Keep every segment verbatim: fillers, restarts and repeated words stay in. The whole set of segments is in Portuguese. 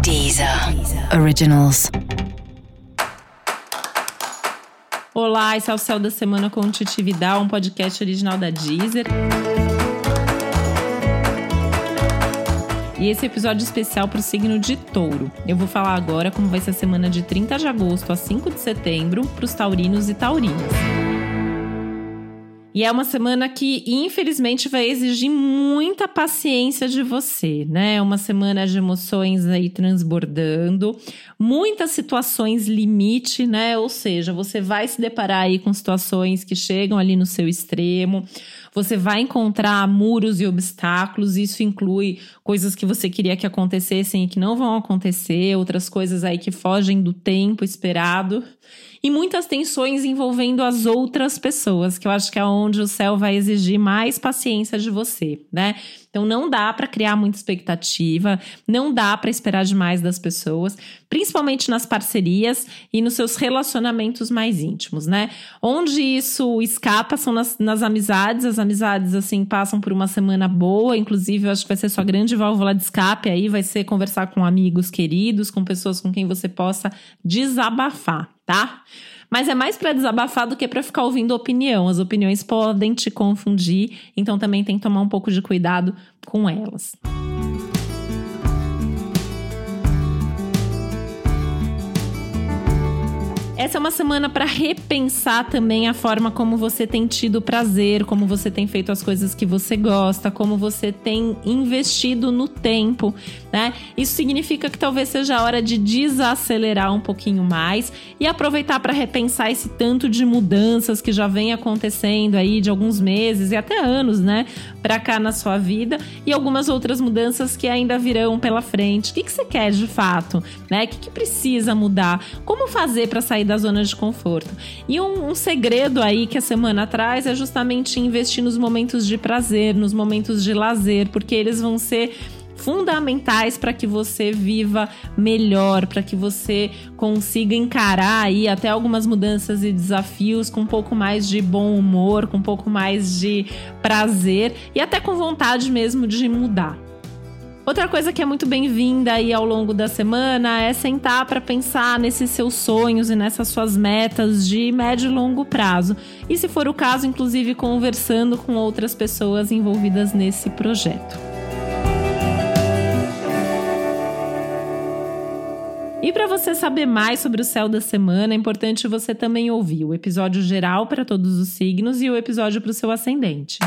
Deezer Originals. Olá, esse é o Céu da Semana com Titi Vidal, um podcast original da Deezer. E esse episódio especial para o signo de Touro. Eu vou falar agora como vai ser a semana de trinta de agosto a cinco de setembro para os taurinos e taurinas. E é uma semana que, infelizmente, vai exigir muita paciência de você, né? Uma semana de emoções aí transbordando, muitas situações limite, né? Ou seja, você vai se deparar aí com situações que chegam ali no seu extremo. Você vai encontrar muros e obstáculos, isso inclui coisas que você queria que acontecessem e que não vão acontecer, outras coisas aí que fogem do tempo esperado. E muitas tensões envolvendo as outras pessoas, que eu acho que é onde o céu vai exigir mais paciência de você, né? Então não dá para criar muita expectativa, não dá para esperar demais das pessoas, principalmente nas parcerias e nos seus relacionamentos mais íntimos, né? Onde isso escapa são nas, nas amizades, as amizades assim passam por uma semana boa, inclusive eu acho que vai ser sua grande válvula de escape aí, vai ser conversar com amigos queridos, com pessoas com quem você possa desabafar, tá? Mas é mais para desabafar do que para ficar ouvindo opinião. As opiniões podem te confundir, então também tem que tomar um pouco de cuidado com elas. Essa é uma semana para repensar também a forma como você tem tido prazer, como você tem feito as coisas que você gosta, como você tem investido no tempo, né? Isso significa que talvez seja a hora de desacelerar um pouquinho mais e aproveitar para repensar esse tanto de mudanças que já vem acontecendo aí de alguns meses e até anos, né? Para cá na sua vida e algumas outras mudanças que ainda virão pela frente. O que, que você quer de fato, né? O que, que precisa mudar? Como fazer para sair da zona de conforto? E um, um segredo aí que a semana traz é justamente investir nos momentos de prazer, nos momentos de lazer, porque eles vão ser fundamentais para que você viva melhor, para que você consiga encarar aí até algumas mudanças e desafios com um pouco mais de bom humor, com um pouco mais de prazer e até com vontade mesmo de mudar. Outra coisa que é muito bem-vinda aí ao longo da semana é sentar para pensar nesses seus sonhos e nessas suas metas de médio e longo prazo. E se for o caso, inclusive conversando com outras pessoas envolvidas nesse projeto. E para você saber mais sobre o céu da semana, é importante você também ouvir o episódio geral para todos os signos e o episódio para o seu ascendente.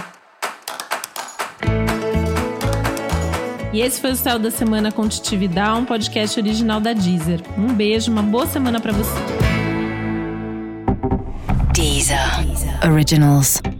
E esse foi o Céu da Semana com Titi Vidal, um podcast original da Deezer. Um beijo, uma boa semana para você. Deezer Originals.